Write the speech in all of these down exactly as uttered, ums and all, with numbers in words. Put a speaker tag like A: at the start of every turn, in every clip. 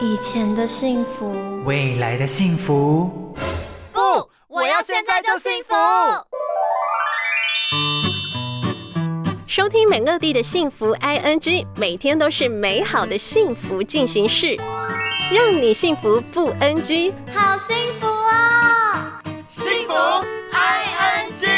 A: 以前的幸福，
B: 未来的幸福。
C: 不，我要现在就幸福。
D: 收听美乐蒂的幸福 I N G， 每天都是美好的幸福进行式，让你幸福不 N G，
A: 好幸福哦！
C: 幸福 I N G。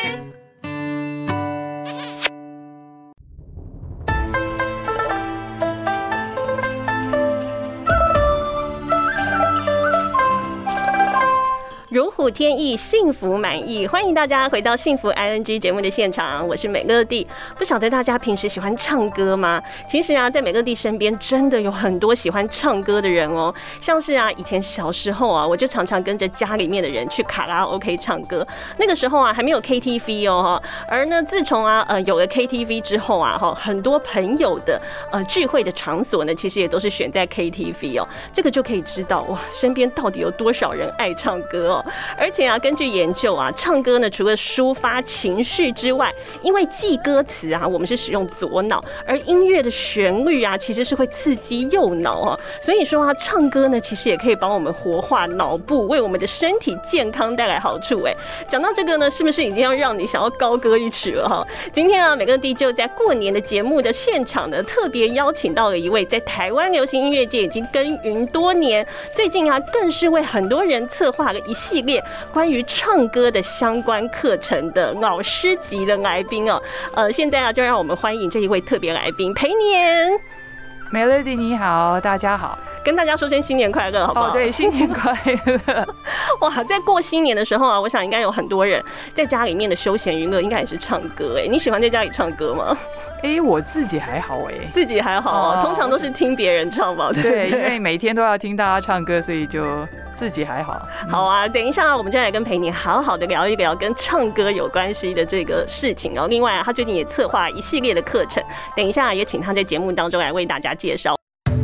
D: 如虎添翼，幸福满意。欢迎大家回到幸福 I N G 节目的现场，我是美乐蒂。不晓得大家平时喜欢唱歌吗？其实啊，在美乐蒂身边真的有很多喜欢唱歌的人哦。像是啊，以前小时候啊，我就常常跟着家里面的人去卡拉 OK 唱歌。那个时候啊，还没有 K T V 哦，而呢，自从啊，呃，有了 K T V 之后啊，哈，很多朋友的呃聚会的场所呢，其实也都是选在 K T V 哦。这个就可以知道哇，身边到底有多少人爱唱歌哦。而且啊，根据研究啊，唱歌呢，除了抒发情绪之外，因为记歌词啊，我们是使用左脑，而音乐的旋律啊，其实是会刺激右脑哦。所以说啊，唱歌呢，其实也可以帮我们活化脑部，为我们的身体健康带来好处。哎，讲到这个呢，是不是已经要让你想要高歌一曲了哈？今天啊，美乐蒂就在过年的节目的现场呢，特别邀请到了一位在台湾流行音乐界已经耕耘多年，最近啊，更是为很多人策划了一系列关于唱歌的相关课程的老师级的来宾哦。呃，现在啊，就让我们欢迎这一位特别来宾裴年。
E: 美乐蒂你好，大家好，
D: 跟大家说声新年快乐，好不好？
E: 哦，对，新年快乐！
D: 哇，在过新年的时候啊，我想应该有很多人在家里面的休闲娱乐，应该也是唱歌。哎，你喜欢在家里唱歌吗？
E: 哎、欸，我自己还好哎、欸，
D: 自己还好啊、哦，通常都是听别人唱嘛，对不对？
E: 对，因为每天都要听大家唱歌，所以就自己还好。
D: 好啊，等一下我们就来跟裴年好好的聊一聊跟唱歌有关系的这个事情哦。另外啊，他最近也策划一系列的课程，等一下也请他在节目当中来为大家介绍。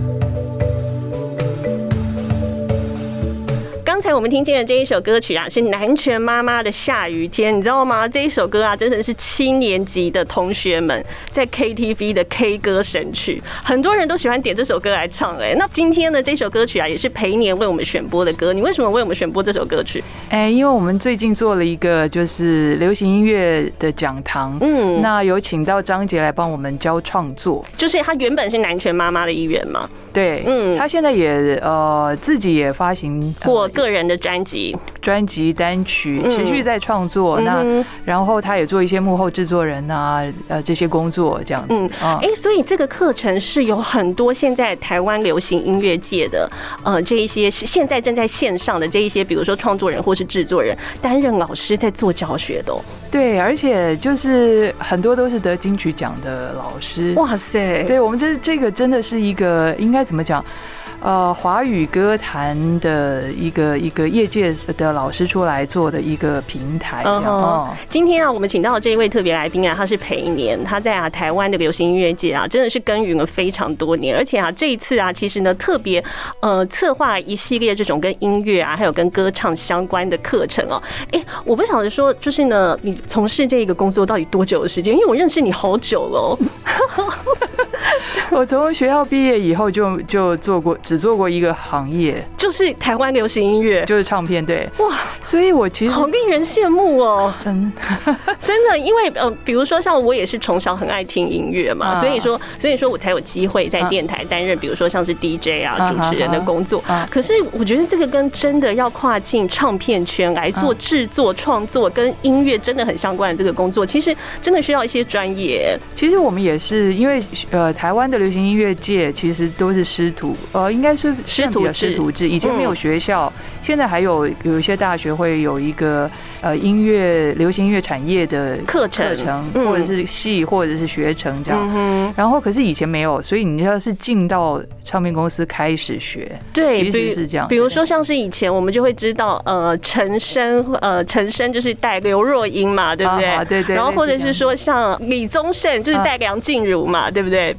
D: 刚才我们听见的这一首歌曲啊，是南拳妈妈的《下雨天》，你知道吗？这一首歌啊，真的是七年级的同学们在 K T V 的 K 歌神曲，很多人都喜欢点这首歌来唱。哎，那今天呢，这首歌曲啊，也是裴年为我们选播的歌。你为什么为我们选播这首歌曲？
E: 哎，因为我们最近做了一个就是流行音乐的讲堂，嗯，那有请到张杰来帮我们教创作，
D: 就是他原本是南拳妈妈的一员嘛。
E: 对，嗯，他现在也呃自己也发行
D: 过个人的专辑、
E: 专辑单曲，持续在创作。嗯、那然后他也做一些幕后制作人啊，呃这些工作这样子。嗯，
D: 哎、欸，所以这个课程是有很多现在台湾流行音乐界的呃这一些现在正在线上的这一些，比如说创作人或是制作人担任老师在做教学的、哦。
E: 对，而且就是很多都是得金曲奖的老师。
D: 哇塞！
E: 对我们这这个真的是一个应该怎么讲？呃，华语歌坛的一个一个业界的老师出来做的一个平台这样。Uh-huh. 哦，
D: 今天啊，我们请到的这一位特别来宾啊，他是裴年，他在啊台湾的流行音乐界啊，真的是耕耘了非常多年，而且啊，这一次啊，其实呢特别呃策划一系列这种跟音乐啊，还有跟歌唱相关的课程哦。哎、欸，我不晓得说，就是呢，你从事这个工作到底多久的时间？因为我认识你好久了、哦。
E: 我从学校毕业以后就就做过，只做过一个行业，
D: 就是台湾流行音乐，
E: 就是唱片。对，
D: 哇，
E: 所以我其实
D: 好令人羡慕哦。嗯，真的，因为呃，比如说像我也是从小很爱听音乐嘛，啊、所以说，所以说我才有机会在电台担任，比如说像是 D J 啊、主持人的工作。啊啊啊、可是我觉得这个跟真的要跨进唱片圈来做制作、创作，跟音乐真的很相关的这个工作，其实真的需要一些专业。
E: 其实我们也是因为呃，台湾的流行音乐界其实都是师徒，呃，应该是
D: 师徒制，
E: 师徒制。以前没有学校，嗯、现在还有有一些大学会有一个呃音乐流行音乐产业的
D: 课程，
E: 课程或者是系或者是学程这样。嗯、然后可是以前没有，所以你要是进到唱片公司开始学，
D: 对，
E: 其实是这样。
D: 比如说像是以前我们就会知道，呃，陈升，呃，陈升就是带刘若英嘛，对不对？啊、
E: 对, 对对。
D: 然后或者是说像李宗盛就是带梁静茹嘛，啊、对不对？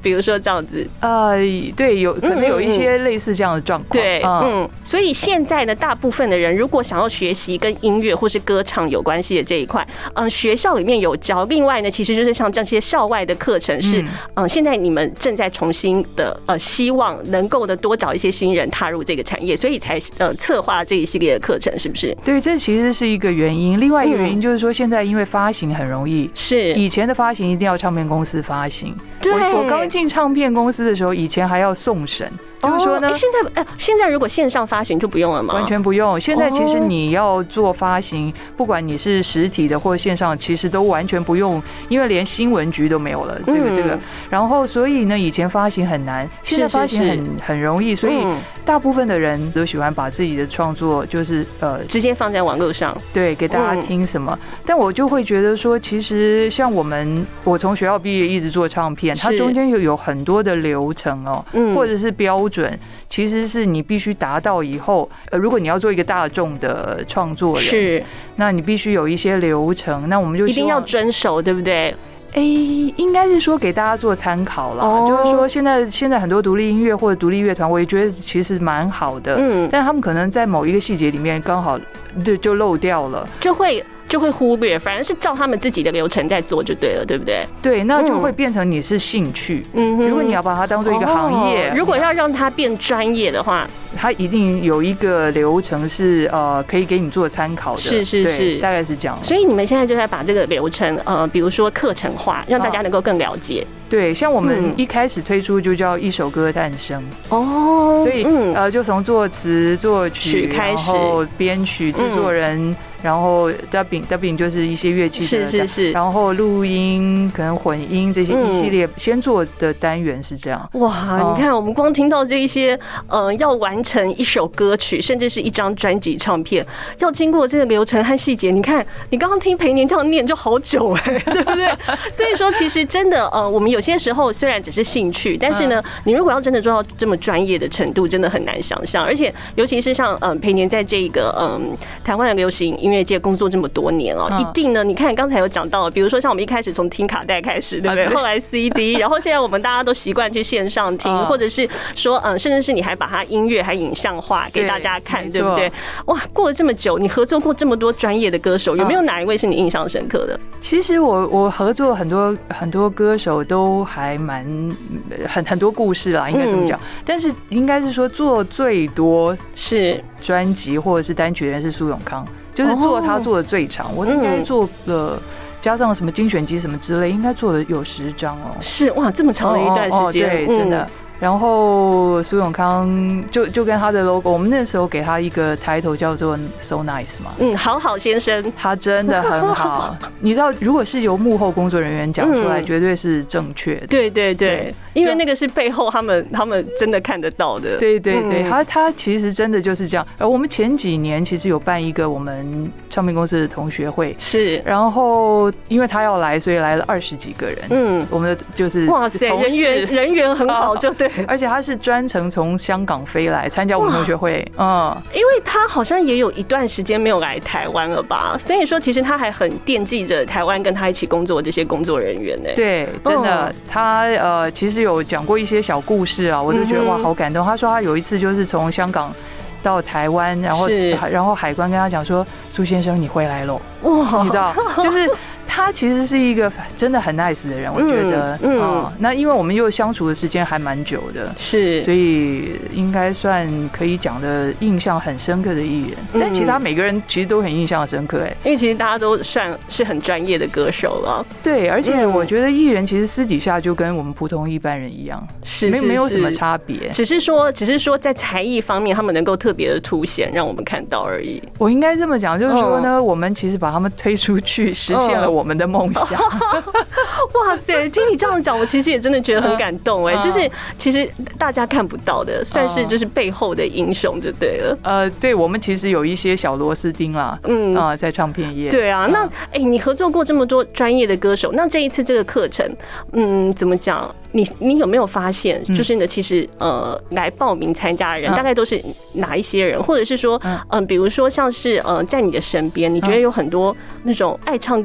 D: 比如说这样子。
E: 呃，对，有可能有一些类似这样的状况。
D: 对，嗯，所以现在呢，大部分的人如果想要学习跟音乐或是歌唱有关系的这一块，嗯，学校里面有教。另外呢，其实就是像这些校外的课程是，嗯，现在你们正在重新的呃，希望能够的多找一些新人踏入这个产业，所以才呃策划这一系列的课程，是不是？
E: 对，这其实是一个原因。另外一个原因就是说，现在因为发行很容易，
D: 是
E: 以前的发行一定要唱片公司发行。
D: 对，
E: 我我刚进唱片公司的时候，以前还要送审。就是说呢，
D: 哦欸、现在呃，现在如果线上发行就不用了吗？
E: 完全不用。现在其实你要做发行，不管你是实体的或线上，其实都完全不用，因为连新闻局都没有了。这个这个，然后所以呢，以前发行很难，现在发行很很容易，所以大部分的人都喜欢把自己的创作就是呃
D: 直接放在网络上，
E: 对，给大家听什么。但我就会觉得说，其实像我们，我从学校毕业一直做唱片，它中间有有很多的流程哦，或者是标准。准，其实是你必须达到以后，呃，如果你要做一个大众的创作人，是，那你必须有一些流程，那我们就
D: 一定要遵守，对不对？
E: 哎、欸，应该是说给大家做参考啦。Oh. 就是说现在现在很多独立音乐或者独立乐团，我也觉得其实蛮好的，嗯，但他们可能在某一个细节里面刚好就就漏掉了，
D: 就会。就会忽略，反而是照他们自己的流程在做就对了，对不对？
E: 对，那就会变成你是兴趣。嗯，如果你要把它当做一个行业，
D: 哦、如果要让它变专业的话，
E: 它一定有一个流程是呃可以给你做参考的。
D: 是是是，
E: 大概是这样。
D: 所以你们现在就在把这个流程呃，比如说课程化，让大家能够更了解。
E: 对，像我们一开始推出就叫一首歌诞生哦，所以呃就从作词、作曲开始，然后编曲、制作人。嗯，然后 dubbing dubbing 就是一些乐器的，
D: 是是是，
E: 然后录音可能混音这些一系列先做的单元是这样。
D: 哇，你看我们光听到这一些，呃，要完成一首歌曲，甚至是一张专辑唱片，要经过这个流程和细节。你看，你刚刚听培年这样念就好久哎、欸，对不对？所以说，其实真的，呃，我们有些时候虽然只是兴趣，但是呢，你如果要真的做到这么专业的程度，真的很难想象。而且，尤其是像嗯培年在这个嗯台湾的流行音乐。音乐界工作这么多年哦，一定呢。你看刚才有讲到，比如说像我们一开始从听卡带开始，对不对？后来 C D， 然后现在我们大家都习惯去线上听，或者是说，嗯，甚至是你还把它音乐还影像化给大家看，对不对？哇，过了这么久，你合作过这么多专业的歌手，有没有哪一位是你印象深刻的？
E: 其实我我合作很多很多歌手都还蛮很很多故事啦，应该这么讲。但是应该是说做最多是专辑或者是单曲的人是苏永康。就是做他做的最长，我应该做了加上什么精选集什么之类，应该做了有十张哦。
D: 是哇，这么长的一段时间，
E: 对，真的。然后苏永康就就跟他的 logo， 我们那时候给他一个 title 叫做 So Nice 嘛，
D: 嗯，好好先生，
E: 他真的很好。你知道，如果是由幕后工作人员讲出来，绝对是正确的。
D: 对对对，因为那个是背后他们他们真的看得到的。
E: 对对对，他他其实真的就是这样。而我们前几年其实有办一个我们唱片公司的同学会，
D: 是，
E: 然后因为他要来，所以来了二十几个人。嗯，我们的就是
D: 哇塞，人缘人缘很好，就对。
E: 而且他是专程从香港飞来参加我们同学会，嗯，
D: 因为他好像也有一段时间没有来台湾了吧，所以说其实他还很惦记着台湾跟他一起工作的这些工作人员呢。
E: 对，真的，哦、他呃其实有讲过一些小故事啊，我就觉得、嗯、哇好感动。他说他有一次就是从香港到台湾，然后然后海关跟他讲说，苏先生你回来喽，哇，你知道，就是他其实是一个真的很 nice 的人，我觉得，嗯，嗯那因为我们又相处的时间还蛮久的，是，所以应该算可以讲的印象很深刻的艺人。嗯、但其他每个人其实都很印象深刻，哎，
D: 因为其实大家都算是很专业的歌手了。
E: 对，而且我觉得艺人其实私底下就跟我们普通一般人一样，是没没有什么差别，
D: 只是说，只是说在才艺方面，他们能够特别的凸显，让我们看到而已。
E: 我应该这么讲，就是说呢，嗯、我们其实把他们推出去，实现了我们的梦想。
D: 哇塞，听你这样讲，我其实也真的觉得很感动哎、欸，就是其实大家看不到的，算是就是背后的英雄就对了。
E: 呃，对，我们其实有一些小螺丝钉啦，嗯啊、呃，在唱片业。
D: 对啊，那哎、欸，你合作过这么多专业的歌手，那这一次这个课程，嗯，怎么讲？你你有没有发现，就是呢，其实呃，来报名参加的人大概都是哪一些人，或者是说，嗯、呃，比如说像是呃，在你的身边，你觉得有很多那种爱唱歌的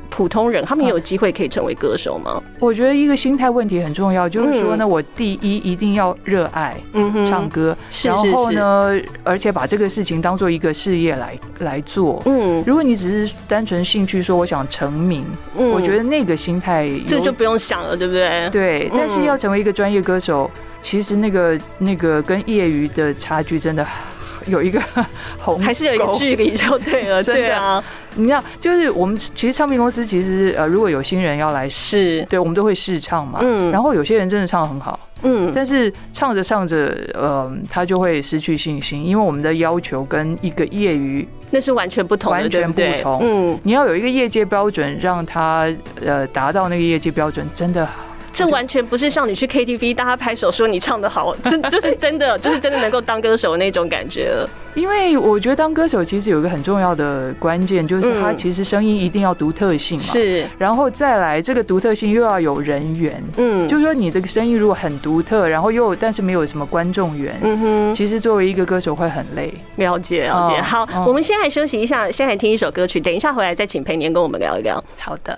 D: 普通人，他们也有机会可以成为歌手吗？
E: 我觉得一个心态问题很重要，就是说呢，我第一一定要热爱唱歌，然后呢，而且把这个事情当做一个事业来来做。嗯，如果你只是单纯兴趣说我想成名，嗯，我觉得那个心态
D: 这就不用想了，对不对？
E: 对，但是要成为一个专业歌手，其实那个那个跟业余的差距真的有一个鸿沟，
D: 还是有一个距离就对了。对啊，
E: 你知道，就是我们其实唱片公司其实呃，如果有新人要来试，对我们都会试唱嘛。嗯，然后有些人真的唱得很好，嗯，但是唱着唱着，呃，他就会失去信心，因为我们的要求跟一个业余
D: 那是完全不同的，
E: 完全不同。嗯，你要有一个业界标准，让他呃达到那个业界标准，真的。
D: 这完全不是像你去 K T V 大家拍手说你唱得好，这就是真的，就是真的能够当歌手的那种感觉了。
E: 因为我觉得当歌手其实有一个很重要的关键，就是他其实声音一定要独特性嘛，是，然后再来这个独特性又要有人缘，嗯，就是说你的声音如果很独特，然后又但是没有什么观众缘，嗯哼，其实作为一个歌手会很累。
D: 了解了解，好，我们先来休息一下，先来听一首歌曲，等一下回来再请培年跟我们聊一聊。
E: 好的。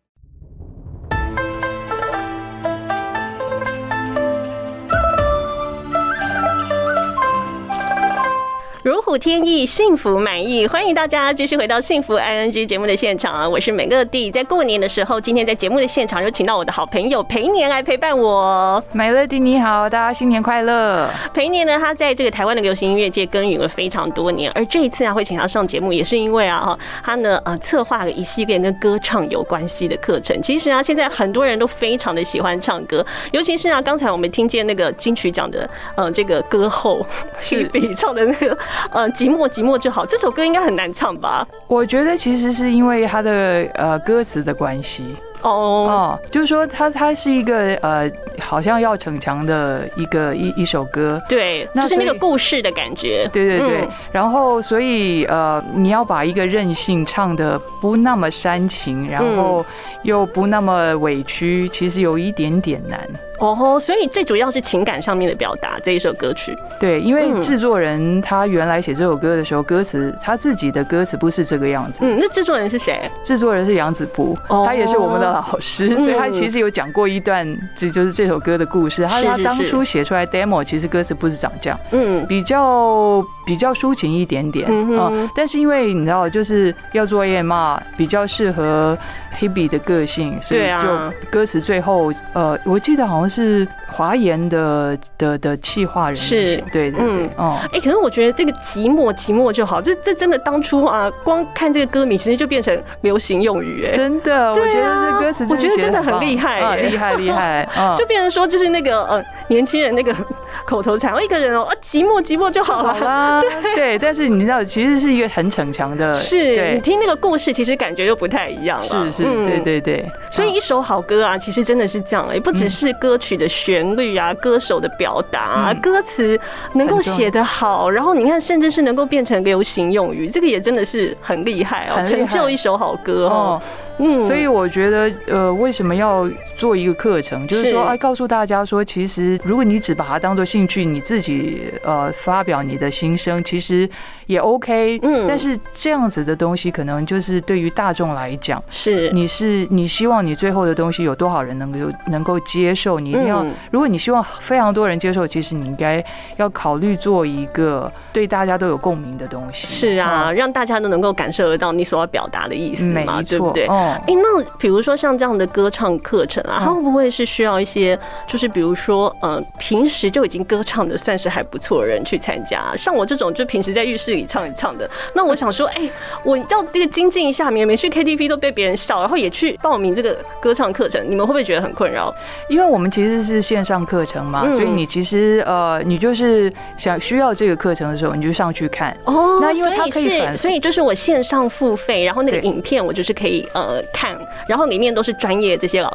D: 如虎添翼，幸福满意，欢迎大家继续回到幸福 I N G 节目的现场，我是美乐蒂。在过年的时候，今天在节目的现场有请到我的好朋友培年来陪伴我。
E: 美乐蒂你好，大家新年快乐。
D: 培年呢，他在这个台湾的流行音乐界耕耘了非常多年，而这一次啊会请他上节目，也是因为啊他呢呃策划了一系列跟歌唱有关系的课程。其实啊，现在很多人都非常的喜欢唱歌，尤其是啊刚才我们听见那个金曲奖的呃这个歌后 Hebe 唱的那个。呃，寂寞寂寞就好，这首歌应该很难唱吧？
E: 我觉得其实是因为它的呃歌词的关系。哦哦，就是说它它是一个呃，好像要逞强的一个一一首歌，
D: 对，就是那个故事的感觉，
E: 对对对。嗯、然后所以呃，你要把一个任性唱得不那么煽情，然后又不那么委屈，其实有一点点难。
D: 哦，所以最主要是情感上面的表达这一首歌曲。
E: 对，因为制作人他原来写这首歌的时候，歌词他自己的歌词不是这个样子。
D: 嗯，那制作人是谁？
E: 制作人是杨子璞，他也是我们的老师，所以他其实有讲过一段，这就是这首歌的故事。他他当初写出来 demo， 其实歌词不是长这样，嗯，比较比较抒情一点点啊。但是因为你知道，就是要做 A M R， 比较适合 Hebe 的个性，所以就歌词最后呃，我记得好像是华研的的的企划人是，对对对，哦，
D: 哎，可是我觉得这个寂寞寂寞就好，这这真的当初啊，光看这个歌名，其实就变成流行用语，哎，
E: 真的，我觉得这歌词，
D: 我觉得真的很厉害，
E: 厉害厉害，
D: 就变成说就是那个呃年轻人那个口头禅，一个人哦啊寂寞寂寞就好了，
E: 对对，但是你知道，其实是一个很逞强的，
D: 是你听那个故事，其实感觉又不太一样了，
E: 是是，对对对，
D: 所以一首好歌啊，其实真的是这样，哎，不只是歌曲的旋律啊，歌手的表达啊，歌词能够写得好，然后你看，甚至是能够变成流行用语，这个也真的是很厉害哦，成就一首好歌哦。
E: 嗯，所以我觉得，呃，为什么要做一个课程？就是说，哎，告诉大家说，其实如果你只把它当做兴趣，你自己呃发表你的心声，其实也 OK。嗯，但是这样子的东西，可能就是对于大众来讲，是你是你希望你最后的东西有多少人能够能够接受？你一定要，嗯、如果你希望非常多人接受，其实你应该要考虑做一个对大家都有共鸣的东西。
D: 是啊，嗯、让大家都能够感受得到你所要表达的意思嘛，对不对？
E: 哦
D: 哎、欸，那比如说像这样的歌唱课程啊，它会不会是需要一些，就是比如说，呃，平时就已经歌唱的算是还不错的人去参加？像我这种就平时在浴室里唱一唱的，那我想说，哎、欸，我要这个精进一下，每每去 K T V 都被别人笑，然后也去报名这个歌唱课程，你们会不会觉得很困扰？
E: 因为我们其实是线上课程嘛，嗯、所以你其实呃，你就是想需要这个课程的时候，你就上去看。哦，那因为它可以反，
D: 所以就是我线上付费，然后那个影片我就是可以呃。看，然后里面都是专业这些老师的讲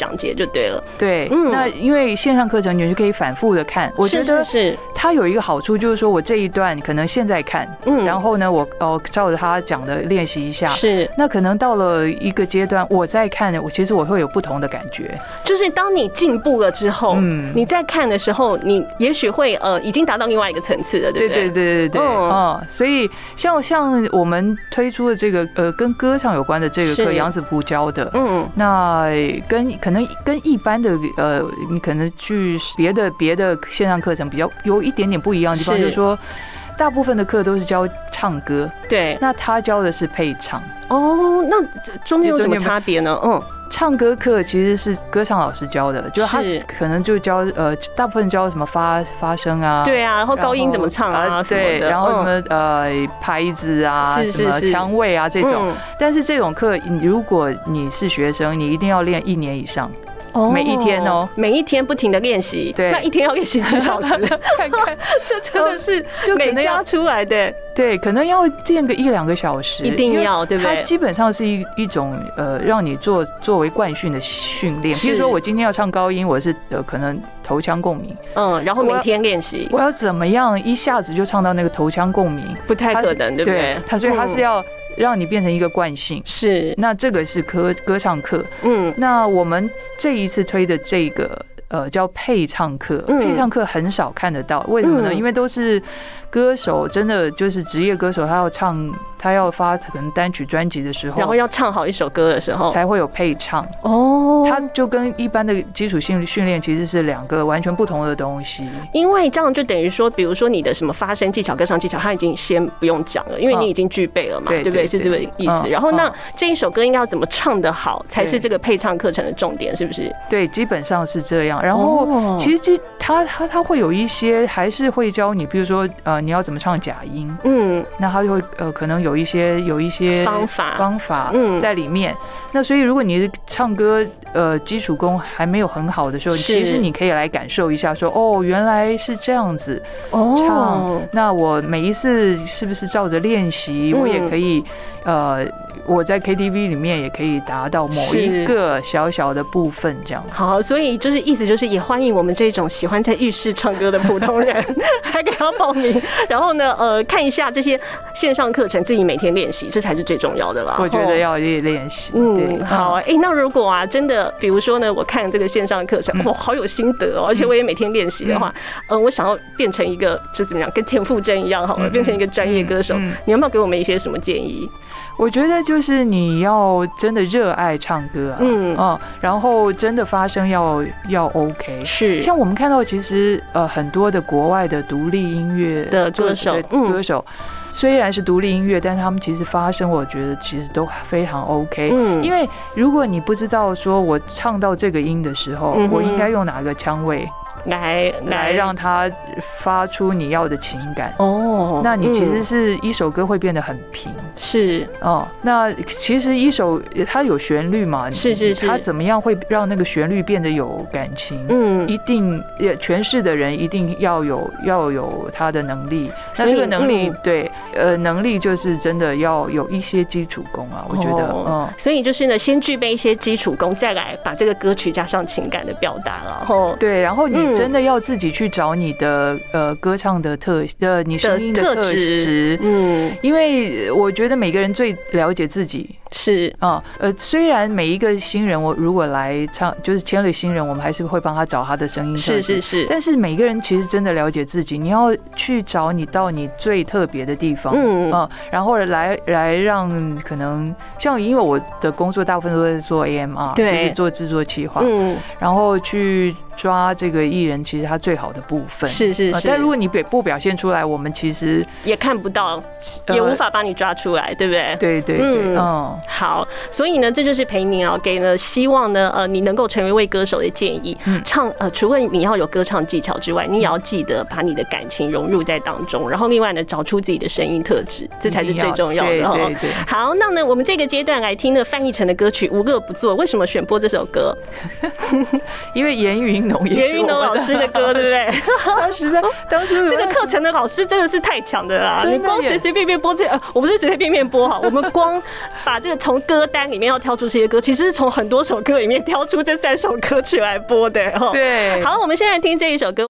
D: 讲解就对了。
E: 对，嗯，那因为线上课程你就可以反复的看，我觉得
D: 是
E: 它有一个好处，就是说我这一段可能现在看，嗯，然后呢，我哦照着他讲的练习一下，
D: 是，
E: 那可能到了一个阶段，我再看，我其实我会有不同的感觉，
D: 就是当你进步了之后，嗯，你在看的时候，你也许会呃已经达到另外一个层次了，对不对？
E: 对对对对对，嗯，嗯，所以像像我们推出的这个呃跟歌唱有关的这个课，杨子璞教的，嗯，那跟可能跟一般的呃你可能去别的别的线上课程比较有一点点不一样的地方，就是说大部分的课都是教唱歌，
D: 对，
E: 那他教的是配唱。
D: 哦，那中间有什么差别呢？嗯，
E: 唱歌课其实是歌唱老师教的，就是他可能就教呃，大部分教什么发发声啊，
D: 对啊，然后高音怎么唱啊，
E: 对，然后什么呃拍子啊，什么腔位啊这种。但是这种课，如果你是学生，你一定要练一年以上。每一天哦，
D: 每一天不停的练习，对，那一天要练习几小时？看看，这真的是每家出来的。
E: 对，可能要练个一两个小时，
D: 一定要，对不对？
E: 它基本上是一一种呃，让你做作为惯训的训练。比如说，我今天要唱高音，我是呃可能头腔共鸣，
D: 嗯，然后每天练习，
E: 我要怎么样一下子就唱到那个头腔共鸣？
D: 不太可能，对不对？
E: 它所以它是要让你变成一个惯性，
D: 是。
E: 那这个是歌歌唱课，嗯，那我们这一次推的这个呃叫配唱课，配唱课很少看得到，为什么呢？因为都是歌手，真的就是职业歌手，他要唱，他要发可能单曲专辑的时候，
D: 然后要唱好一首歌的时候，
E: 才会有配唱。哦，它就跟一般的基础性训练其实是两个完全不同的东西。
D: 因为这样就等于说，比如说你的什么发声技巧、歌唱技巧，他已经先不用讲了，因为你已经具备了嘛，对不对？是这个意思。然后那这一首歌应该要怎么唱得好，才是这个配唱课程的重点，是不是？
E: 对，基本上是这样。然后其实他他他会有一些还是会教你，比如说呃你要怎么唱假音，嗯，那他就会呃可能有一些有一些
D: 方法
E: 方法在里面。那所以如果你的唱歌呃基础功还没有很好的时候，其实你可以来感受一下说，哦原来是这样子唱，那我每一次是不是照着练习，我也可以呃我在 K T V 里面也可以达到某一个小小的部分，这样。
D: 好，所以就是意思就是也欢迎我们这种喜欢在浴室唱歌的普通人，还给他报名。然后呢，呃，看一下这些线上课程，自己每天练习，这才是最重要的啦。
E: 我觉得要练习。
D: 嗯，好。哎、欸，那如果啊，真的，比如说呢，我看这个线上课程，我好有心得哦，而且我也每天练习的话，嗯、呃，我想要变成一个就怎么样，跟田馥甄一样好了，变成一个专业歌手，你有没有给我们一些什么建议？
E: 我觉得就是你要真的热爱唱歌啊，嗯啊，然后真的发声要要 OK，
D: 是
E: 像我们看到其实呃很多的国外的独立音乐
D: 的歌手，
E: 歌手虽然是独立音乐，但是他们其实发声，我觉得其实都非常 OK，嗯，因为如果你不知道说我唱到这个音的时候，我应该用哪个腔位。来来让它发出你要的情感哦，那你其实是一首歌会变得很平，
D: 是
E: 哦。那其实一首它有旋律嘛，
D: 是是是，
E: 它怎么样会让那个旋律变得有感情？嗯，一定诠释的人一定要有要有他的能力。那这个能力，对呃能力就是真的要有一些基础功啊，我觉得嗯。
D: 所以就是呢，先具备一些基础功，再来把这个歌曲加上情感的表达了。然后
E: 对，然后你。真的要自己去找你的呃歌唱的特呃你声音的特质，嗯，因为我觉得每个人最了解自己
D: 是
E: 啊呃虽然每一个新人我如果来唱就是签了新人，我们还是会帮他找他的声音特质，
D: 是是是，
E: 但是每个人其实真的了解自己，你要去找你到你最特别的地方，嗯啊，然后来来让可能像因为我的工作大部分都在做 A M R，
D: 对，
E: 就是做制作企划，嗯，然后去抓这个艺人其实他最好的部分，
D: 是是是，
E: 但如果你不表现出来，我们其实
D: 也看不到，也无法帮你抓出来，对不对？
E: 对对对，嗯，
D: 好，所以呢，这就是裴宁啊给了希望呢，呃，你能够成为一位歌手的建议。唱呃，除了你要有歌唱技巧之外，你也要记得把你的感情融入在当中，然后另外呢，找出自己的声音特质，这才是最重要的。
E: 对对对。
D: 好，那呢，我们这个阶段来听的范逸臣的歌曲《无恶不作》，为什么选播这首歌？
E: 因为严云农也是
D: 严云农老师的歌，对不对？
E: 当时在当时
D: 这个课程的老师真的是太强的啦！你光随随便便播这，呃，我不是随随便便播哈，我们光把这这个从歌单里面要挑出这些歌，其实是从很多首歌里面挑出这三首歌曲来播的。
E: 对，
D: 好，我们现在听这一首歌。